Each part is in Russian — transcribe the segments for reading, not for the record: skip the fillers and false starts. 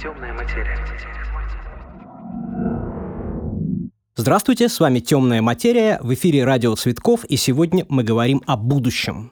Темная материя. Здравствуйте, с вами «Темная материя», в эфире радио Цветков, и сегодня мы говорим о будущем.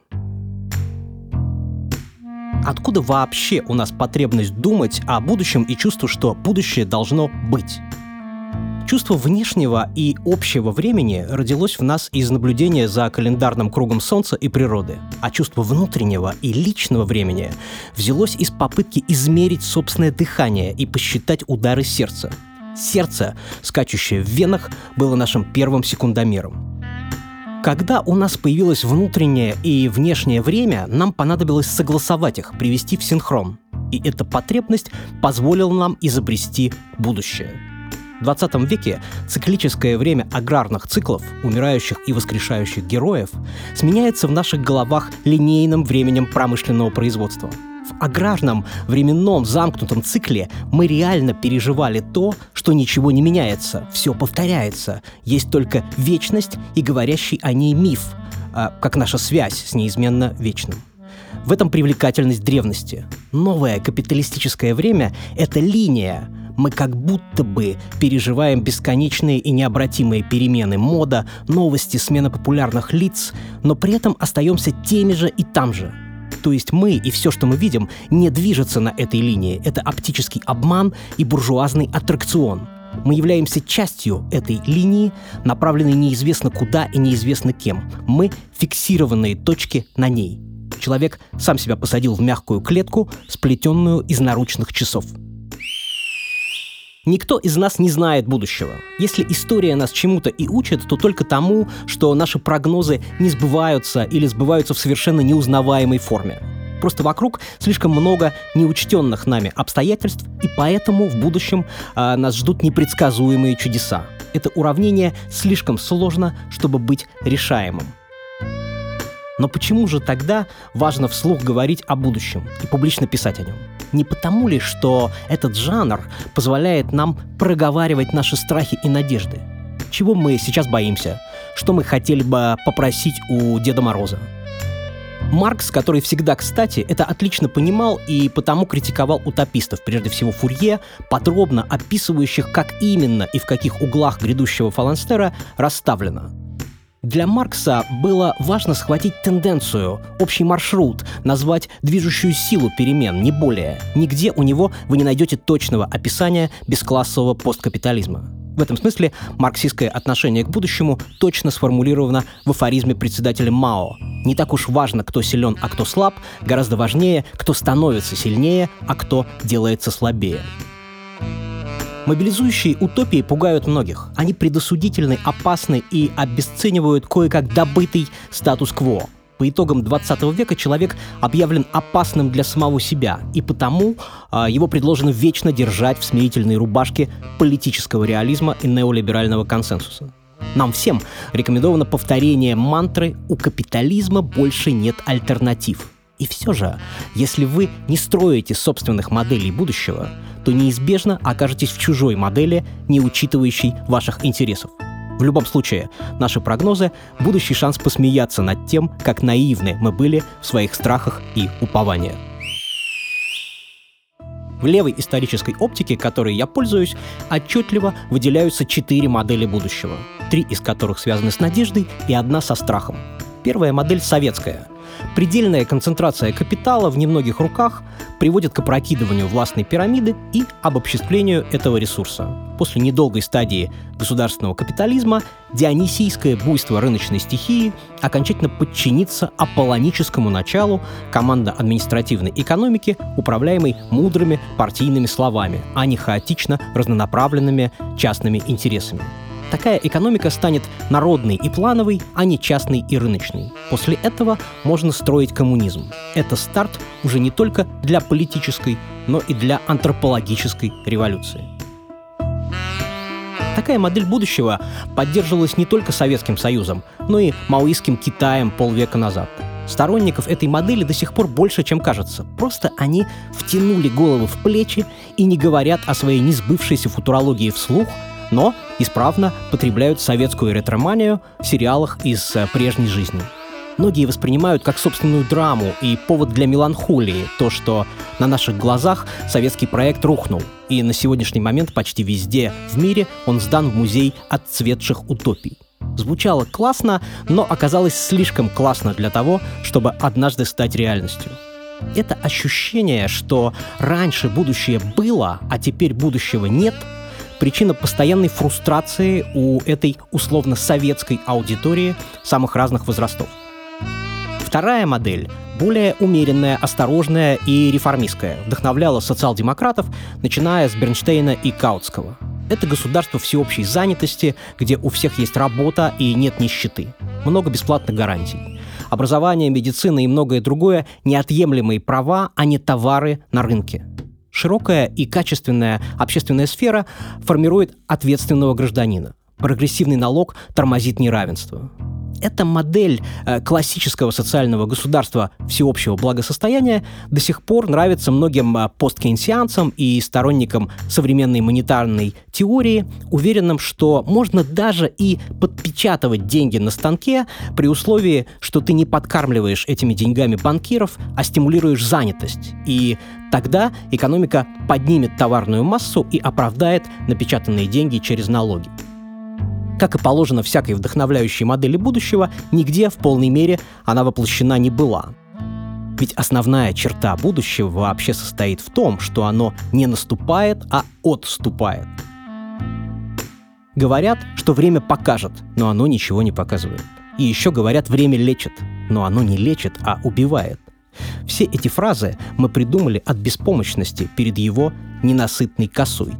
Откуда вообще у нас потребность думать о будущем и чувство, что будущее должно быть? Чувство внешнего и общего времени родилось в нас из наблюдения за календарным кругом Солнца и природы, а чувство внутреннего и личного времени взялось из попытки измерить собственное дыхание и посчитать удары сердца. Сердце, скачущее в венах, было нашим первым секундомером. Когда у нас появилось внутреннее и внешнее время, нам понадобилось согласовать их, привести в синхрон. И эта потребность позволила нам изобрести будущее. В 20 веке циклическое время аграрных циклов, умирающих и воскрешающих героев, сменяется в наших головах линейным временем промышленного производства. В аграрном временном замкнутом цикле мы реально переживали то, что ничего не меняется, все повторяется, есть только вечность и говорящий о ней миф, как наша связь с неизменно вечным. В этом привлекательность древности. Новое капиталистическое время — это линия. Мы как будто бы переживаем бесконечные и необратимые перемены: мода, новости, смена популярных лиц, но при этом остаемся теми же и там же. То есть мы и все, что мы видим, не движется на этой линии. Это оптический обман и буржуазный аттракцион. Мы являемся частью этой линии, направленной неизвестно куда и неизвестно кем. Мы — фиксированные точки на ней. Человек сам себя посадил в мягкую клетку, сплетенную из наручных часов. Никто из нас не знает будущего. Если история нас чему-то и учит, то только тому, что наши прогнозы не сбываются или сбываются в совершенно неузнаваемой форме. Просто вокруг слишком много неучтенных нами обстоятельств, и поэтому в будущем нас ждут непредсказуемые чудеса. Это уравнение слишком сложно, чтобы быть решаемым. Но почему же тогда важно вслух говорить о будущем и публично писать о нем? Не потому ли, что этот жанр позволяет нам проговаривать наши страхи и надежды? Чего мы сейчас боимся? Что мы хотели бы попросить у Деда Мороза? Маркс, который всегда кстати, это отлично понимал и потому критиковал утопистов, прежде всего Фурье, подробно описывающих, как именно и в каких углах грядущего фаланстера расставлено. Для Маркса было важно схватить тенденцию, общий маршрут, назвать движущую силу перемен, не более. Нигде у него вы не найдете точного описания бесклассового посткапитализма. В этом смысле марксистское отношение к будущему точно сформулировано в афоризме председателя Мао. Не так уж важно, кто силен, а кто слаб, гораздо важнее, кто становится сильнее, а кто делается слабее. Мобилизующие утопии пугают многих. Они предосудительны, опасны и обесценивают кое-как добытый статус-кво. По итогам 20 века человек объявлен опасным для самого себя, и потому его предложено вечно держать в смирительной рубашке политического реализма и неолиберального консенсуса. Нам всем рекомендовано повторение мантры «У капитализма больше нет альтернатив». И все же, если вы не строите собственных моделей будущего, то неизбежно окажетесь в чужой модели, не учитывающей ваших интересов. В любом случае, наши прогнозы — будущий шанс посмеяться над тем, как наивны мы были в своих страхах и упованиях. В левой исторической оптике, которой я пользуюсь, отчетливо выделяются 4 модели будущего, 3 из которых связаны с надеждой и 1 со страхом. Первая модель советская. Предельная концентрация капитала в немногих руках приводит к опрокидыванию властной пирамиды и обобществлению этого ресурса. После недолгой стадии государственного капитализма дионисийское буйство рыночной стихии окончательно подчинится аполлоническому началу командно-административной экономики, управляемой мудрыми партийными словами, а не хаотично разнонаправленными частными интересами. Такая экономика станет народной и плановой, а не частной и рыночной. После этого можно строить коммунизм. Это старт уже не только для политической, но и для антропологической революции. Такая модель будущего поддерживалась не только Советским Союзом, но и маоистским Китаем полвека назад. Сторонников этой модели до сих пор больше, чем кажется. Просто они втянули головы в плечи и не говорят о своей несбывшейся футурологии вслух, но исправно потребляют советскую ретроманию в сериалах из прежней жизни. Многие воспринимают как собственную драму и повод для меланхолии то, что на наших глазах советский проект рухнул, и на сегодняшний момент почти везде в мире он сдан в музей отцветших утопий. Звучало классно, но оказалось слишком классно для того, чтобы однажды стать реальностью. Это ощущение, что раньше будущее было, а теперь будущего нет, причина постоянной фрустрации у этой условно-советской аудитории самых разных возрастов. Вторая модель, более умеренная, осторожная и реформистская, вдохновляла социал-демократов, начиная с Бернштейна и Каутского. Это государство всеобщей занятости, где у всех есть работа и нет нищеты. Много бесплатных гарантий. Образование, медицина и многое другое – неотъемлемые права, а не товары на рынке. Широкая и качественная общественная сфера формирует ответственного гражданина. Прогрессивный налог тормозит неравенство. Эта модель классического социального государства всеобщего благосостояния до сих пор нравится многим посткейнсианцам и сторонникам современной монетарной теории, уверенным, что можно даже и подпечатывать деньги на станке при условии, что ты не подкармливаешь этими деньгами банкиров, а стимулируешь занятость. И тогда экономика поднимет товарную массу и оправдает напечатанные деньги через налоги. Как и положено всякой вдохновляющей модели будущего, нигде в полной мере она воплощена не была. Ведь основная черта будущего вообще состоит в том, что оно не наступает, а отступает. Говорят, что время покажет, но оно ничего не показывает. И еще говорят, время лечит, но оно не лечит, а убивает. Все эти фразы мы придумали от беспомощности перед его ненасытной косой.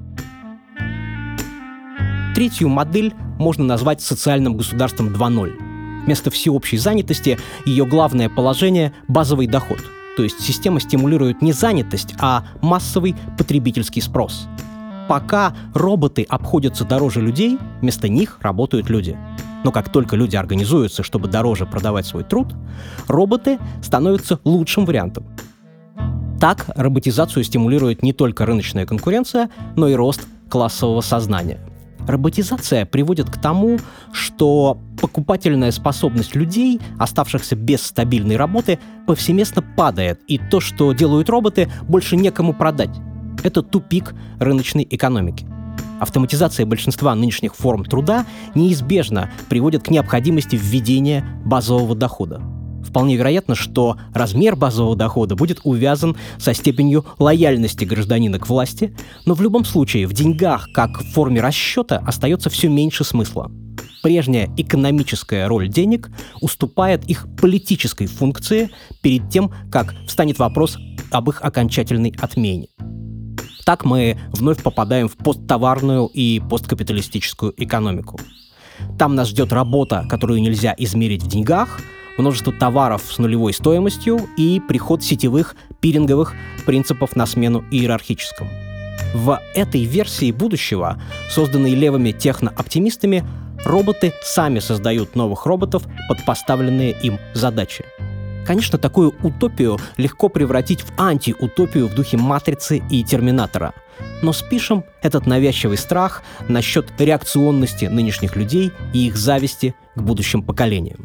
Третью модель можно назвать социальным государством 2.0. Вместо всеобщей занятости ее главное положение – базовый доход. То есть система стимулирует не занятость, а массовый потребительский спрос. Пока роботы обходятся дороже людей, вместо них работают люди. Но как только люди организуются, чтобы дороже продавать свой труд, роботы становятся лучшим вариантом. Так роботизацию стимулирует не только рыночная конкуренция, но и рост классового сознания. Роботизация приводит к тому, что покупательная способность людей, оставшихся без стабильной работы, повсеместно падает, и то, что делают роботы, больше некому продать. Это тупик рыночной экономики. Автоматизация большинства нынешних форм труда неизбежно приводит к необходимости введения базового дохода. Вполне вероятно, что размер базового дохода будет увязан со степенью лояльности гражданина к власти, но в любом случае в деньгах, как в форме расчета, остается все меньше смысла. Прежняя экономическая роль денег уступает их политической функции перед тем, как встанет вопрос об их окончательной отмене. Так мы вновь попадаем в посттоварную и посткапиталистическую экономику. Там нас ждет работа, которую нельзя измерить в деньгах, множество товаров с нулевой стоимостью и приход сетевых пиринговых принципов на смену иерархическому. В этой версии будущего, созданной левыми технооптимистами, роботы сами создают новых роботов под поставленные им задачи. Конечно, такую утопию легко превратить в антиутопию в духе «Матрицы» и «Терминатора». Но спишем этот навязчивый страх насчет реакционности нынешних людей и их зависти к будущим поколениям.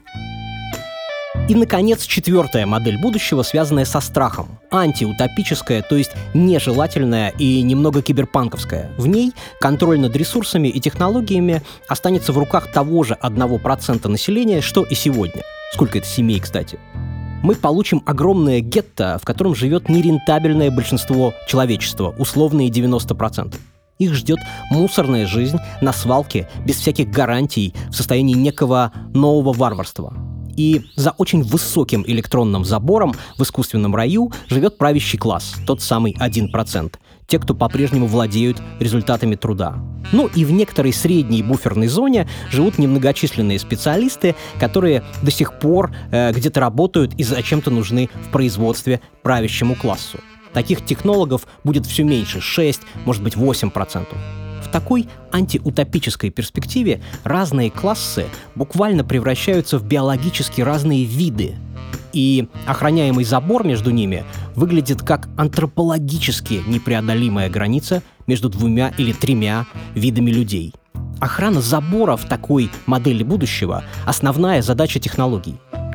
И, наконец, четвертая модель будущего, связанная со страхом. Антиутопическая, то есть нежелательная и немного киберпанковская. В ней контроль над ресурсами и технологиями останется в руках того же 1% населения, что и сегодня. Сколько это семей, кстати? Мы получим огромное гетто, в котором живет нерентабельное большинство человечества, условные 90%. Их ждет мусорная жизнь на свалке, без всяких гарантий, в состоянии некого нового варварства. И за очень высоким электронным забором в искусственном раю живет правящий класс, тот самый 1%, те, кто по-прежнему владеют результатами труда. Ну и в некоторой средней буферной зоне живут немногочисленные специалисты, которые до сих пор где-то работают и зачем-то нужны в производстве правящему классу. Таких технологов будет все меньше, 6, может быть 8%. В такой антиутопической перспективе разные классы буквально превращаются в биологически разные виды. И охраняемый забор между ними выглядит как антропологически непреодолимая граница между 2 или 3 видами людей. Охрана забора в такой модели будущего – основная задача технологий.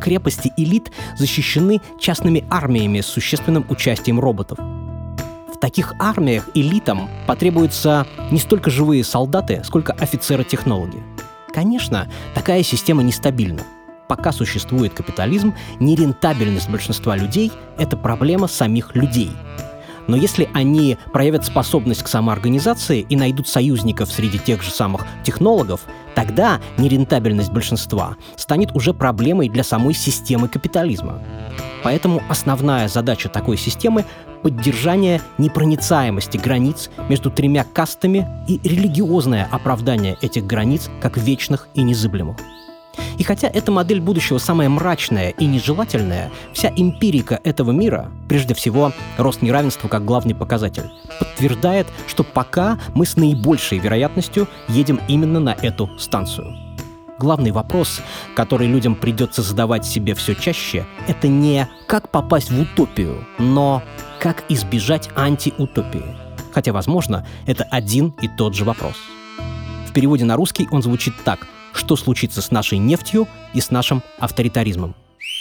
крепости элит защищены частными армиями с существенным участием роботов. В таких армиях элитам потребуются не столько живые солдаты, сколько офицеры-технологи. Конечно, такая система нестабильна. Пока существует капитализм, нерентабельность большинства людей – это проблема самих людей. Но если они проявят способность к самоорганизации и найдут союзников среди тех же самых технологов, тогда нерентабельность большинства станет уже проблемой для самой системы капитализма. Поэтому основная задача такой системы — поддержание непроницаемости границ между тремя кастами и религиозное оправдание этих границ как вечных и незыблемых. И хотя эта модель будущего самая мрачная и нежелательная, вся эмпирика этого мира, прежде всего рост неравенства как главный показатель, подтверждает, что пока мы с наибольшей вероятностью едем именно на эту станцию. Главный вопрос, который людям придется задавать себе все чаще, это не «как попасть в утопию», но «как избежать антиутопии». Хотя, возможно, это один и тот же вопрос. В переводе на русский он звучит так: что случится с нашей нефтью и с нашим авторитаризмом.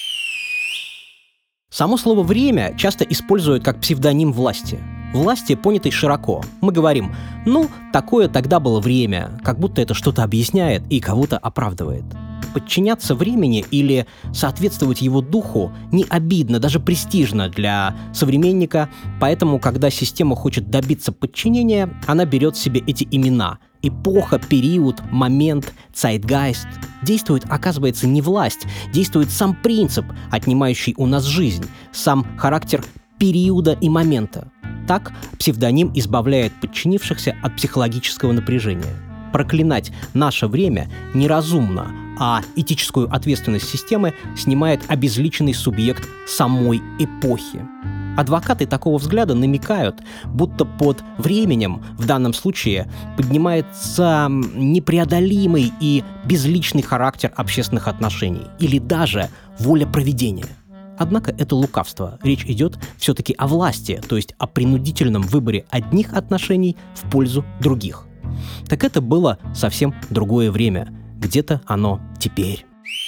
Само слово «время» часто используют как псевдоним власти. Власти, понятой широко. Мы говорим: ну, такое тогда было время, как будто это что-то объясняет и кого-то оправдывает. Подчиняться времени или соответствовать его духу не обидно, даже престижно для современника, поэтому, когда система хочет добиться подчинения, она берет себе эти имена. Эпоха, период, момент, zeitgeist. Действует, оказывается, не власть, действует сам принцип, отнимающий у нас жизнь, сам характер периода и момента. Так псевдоним избавляет подчинившихся от психологического напряжения. Проклинать наше время неразумно, а этическую ответственность системы снимает обезличенный субъект самой эпохи. Адвокаты такого взгляда намекают, будто под временем в данном случае поднимается непреодолимый и безличный характер общественных отношений или даже воля провидения. Однако это лукавство. Речь идет все-таки о власти, то есть о принудительном выборе одних отношений в пользу других. Так это было совсем другое время. Где-то оно теперь.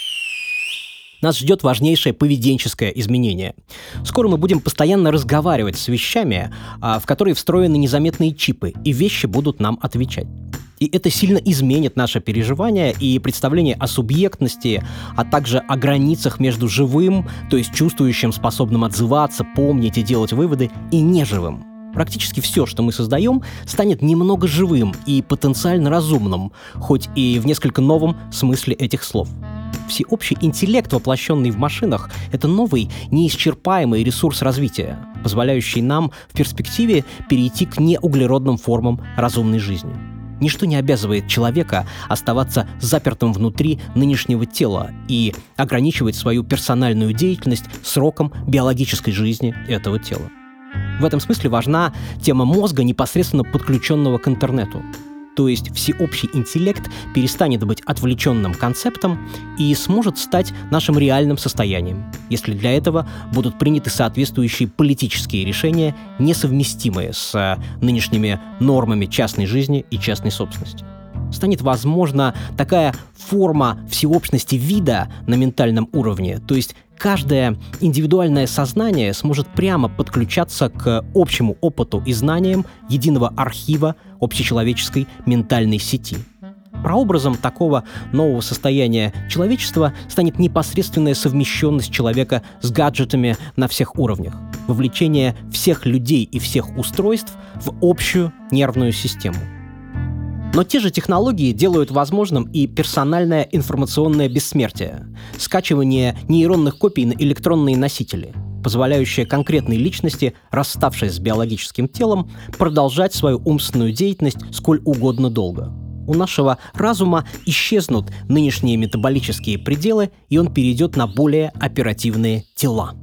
Нас ждет важнейшее поведенческое изменение. Скоро мы будем постоянно разговаривать с вещами, в которые встроены незаметные чипы, и вещи будут нам отвечать. И это сильно изменит наше переживание и представление о субъектности, а также о границах между живым, то есть чувствующим, способным отзываться, помнить и делать выводы, и неживым. Практически все, что мы создаем, станет немного живым и потенциально разумным, хоть и в несколько новом смысле этих слов. Всеобщий интеллект, воплощенный в машинах, это новый, неисчерпаемый ресурс развития, позволяющий нам в перспективе перейти к неуглеродным формам разумной жизни. Ничто не обязывает человека оставаться запертым внутри нынешнего тела и ограничивать свою персональную деятельность сроком биологической жизни этого тела. В этом смысле важна тема мозга, непосредственно подключенного к интернету. То есть всеобщий интеллект перестанет быть отвлеченным концептом и сможет стать нашим реальным состоянием, если для этого будут приняты соответствующие политические решения, несовместимые с нынешними нормами частной жизни и частной собственности. Станет возможна такая форма всеобщности вида на ментальном уровне, то есть каждое индивидуальное сознание сможет прямо подключаться к общему опыту и знаниям единого архива общечеловеческой ментальной сети. Прообразом такого нового состояния человечества станет непосредственная совмещенность человека с гаджетами на всех уровнях, вовлечение всех людей и всех устройств в общую нервную систему. Но те же технологии делают возможным и персональное информационное бессмертие, скачивание нейронных копий на электронные носители, позволяющее конкретной личности, расставшись с биологическим телом, продолжать свою умственную деятельность сколь угодно долго. У нашего разума исчезнут нынешние метаболические пределы, и он перейдет на более оперативные тела.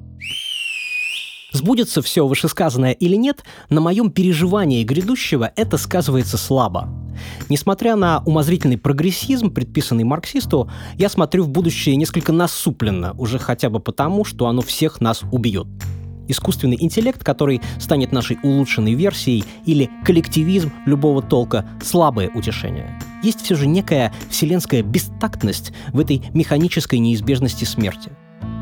Сбудется все вышесказанное или нет, на моем переживании грядущего это сказывается слабо. Несмотря на умозрительный прогрессизм, предписанный марксисту, я смотрю в будущее несколько насупленно, уже хотя бы потому, что оно всех нас убьет. Искусственный интеллект, который станет нашей улучшенной версией, или коллективизм любого толка – слабое утешение. Есть все же некая вселенская бестактность в этой механической неизбежности смерти.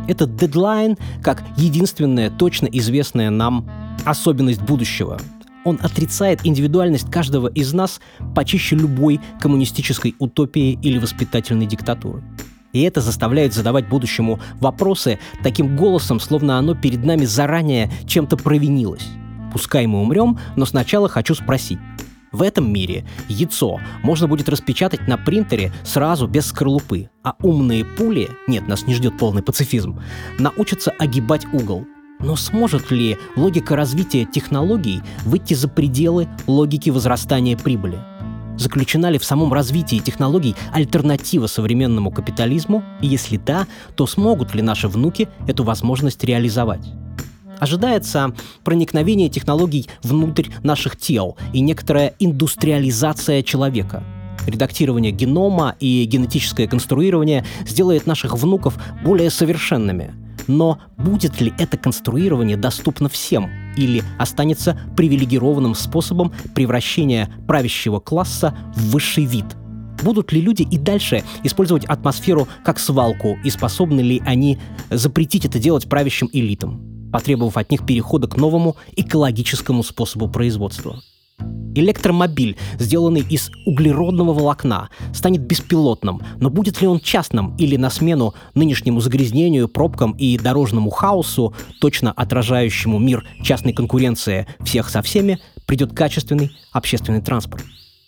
Этот дедлайн как единственная точно известная нам особенность будущего. Он отрицает индивидуальность каждого из нас почище любой коммунистической утопии или воспитательной диктатуры. И это заставляет задавать будущему вопросы таким голосом, словно оно перед нами заранее чем-то провинилось. Пускай мы умрем, но сначала хочу спросить. В этом мире яйцо можно будет распечатать на принтере сразу без скорлупы, а умные пули, нет, нас не ждет полный пацифизм, научатся огибать угол. Но сможет ли логика развития технологий выйти за пределы логики возрастания прибыли? Заключена ли в самом развитии технологий альтернатива современному капитализму? И если да, то смогут ли наши внуки эту возможность реализовать? Ожидается проникновение технологий внутрь наших тел и некоторая индустриализация человека. Редактирование генома и генетическое конструирование сделает наших внуков более совершенными. Но будет ли это конструирование доступно всем или останется привилегированным способом превращения правящего класса в высший вид? Будут ли люди и дальше использовать атмосферу как свалку, и способны ли они запретить это делать правящим элитам, потребовав от них перехода к новому экологическому способу производства? Электромобиль, сделанный из углеродного волокна, станет беспилотным, но будет ли он частным или на смену нынешнему загрязнению, пробкам и дорожному хаосу, точно отражающему мир частной конкуренции всех со всеми, придет качественный общественный транспорт?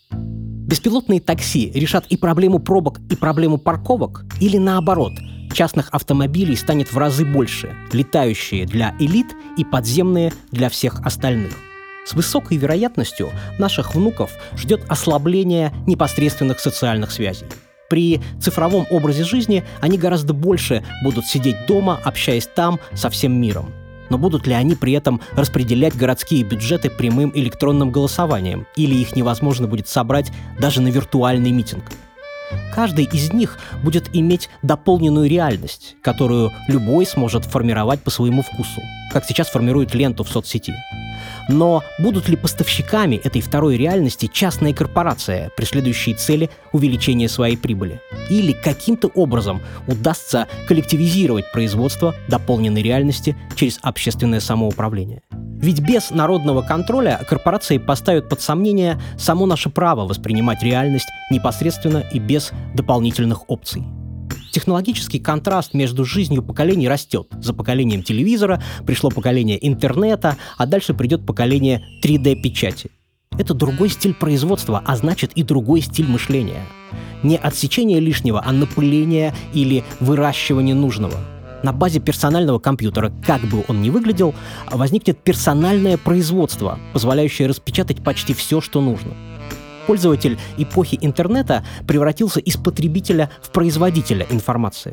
Беспилотные такси решат и проблему пробок, и проблему парковок, или наоборот, частных автомобилей станет в разы больше, летающие для элит и подземные для всех остальных? С высокой вероятностью наших внуков ждет ослабление непосредственных социальных связей. При цифровом образе жизни они гораздо больше будут сидеть дома, общаясь там со всем миром. Но будут ли они при этом распределять городские бюджеты прямым электронным голосованием, или их невозможно будет собрать даже на виртуальный митинг? Каждый из них будет иметь дополненную реальность, которую любой сможет формировать по своему вкусу, как сейчас формирует ленту в соцсети. Но будут ли поставщиками этой второй реальности частные корпорации, преследующие цели увеличения своей прибыли? Или каким-то образом удастся коллективизировать производство дополненной реальности через общественное самоуправление? Ведь без народного контроля корпорации поставят под сомнение само наше право воспринимать реальность непосредственно и без дополнительных опций. Технологический контраст между жизнью поколений растет. За поколением телевизора пришло поколение интернета, а дальше придет поколение 3D-печати. Это другой стиль производства, а значит и другой стиль мышления. Не отсечение лишнего, а напыление или выращивание нужного. На базе персонального компьютера, как бы он ни выглядел, возникнет персональное производство, позволяющее распечатать почти все, что нужно. Пользователь эпохи интернета превратился из потребителя в производителя информации.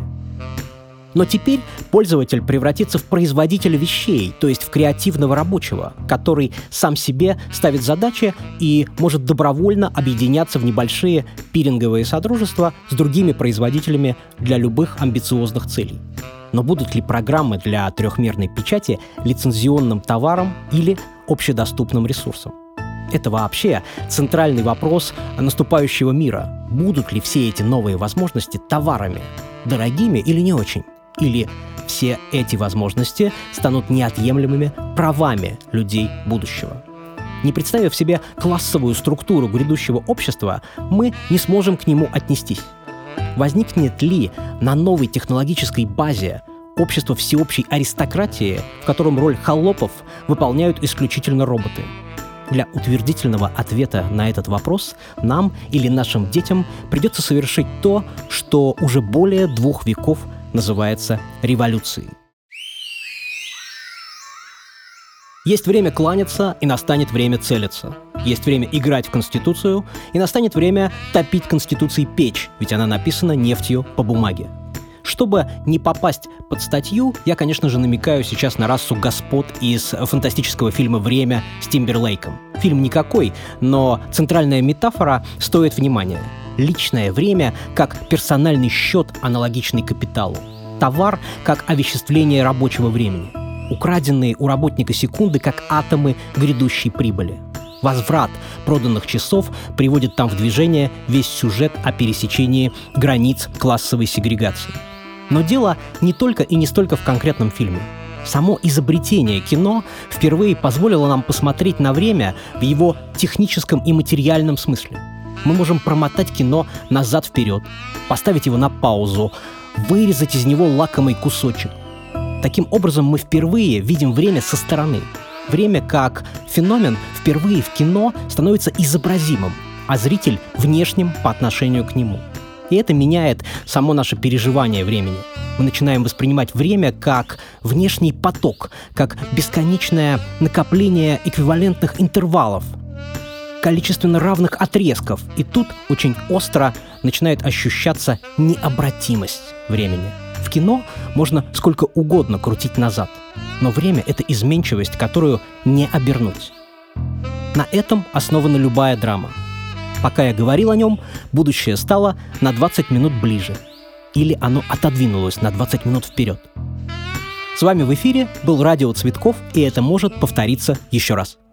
Но теперь пользователь превратится в производителя вещей, то есть в креативного рабочего, который сам себе ставит задачи и может добровольно объединяться в небольшие пиринговые содружества с другими производителями для любых амбициозных целей. Но будут ли программы для трехмерной печати лицензионным товаром или общедоступным ресурсом? Это вообще центральный вопрос наступающего мира. Будут ли все эти новые возможности товарами, дорогими или не очень? Или все эти возможности станут неотъемлемыми правами людей будущего? Не представив себе классовую структуру грядущего общества, мы не сможем к нему отнестись. Возникнет ли на новой технологической базе общество всеобщей аристократии, в котором роль холопов выполняют исключительно роботы? Для утвердительного ответа на этот вопрос нам или нашим детям придется совершить то, что уже более 2 веков называется революцией. Есть время кланяться, и настанет время целиться. Есть время играть в Конституцию, и настанет время топить Конституцией печь, ведь она написана нефтью по бумаге. Чтобы не попасть под статью, я, конечно же, намекаю сейчас на расу господ из фантастического фильма «Время» с Тимберлейком. Фильм никакой, но центральная метафора стоит внимания. Личное время как персональный счет, аналогичный капиталу. Товар как овеществление рабочего времени. Украденные у работника секунды как атомы грядущей прибыли. Возврат проданных часов приводит там в движение весь сюжет о пересечении границ классовой сегрегации. Но дело не только и не столько в конкретном фильме. Само изобретение кино впервые позволило нам посмотреть на время в его техническом и материальном смысле. Мы можем промотать кино назад-вперед, поставить его на паузу, вырезать из него лакомый кусочек. Таким образом, мы впервые видим время со стороны. Время как феномен впервые в кино становится изобразимым, а зритель — внешним по отношению к нему. И это меняет само наше переживание времени. Мы начинаем воспринимать время как внешний поток, как бесконечное накопление эквивалентных интервалов, количественно равных отрезков. И тут очень остро начинает ощущаться необратимость времени. В кино можно сколько угодно крутить назад, но время — это изменчивость, которую не обернуть. На этом основана любая драма. Пока я говорил о нем, будущее стало на 20 минут ближе. Или оно отодвинулось на 20 минут вперед. С вами в эфире был Радио Цветков, и это может повториться еще раз.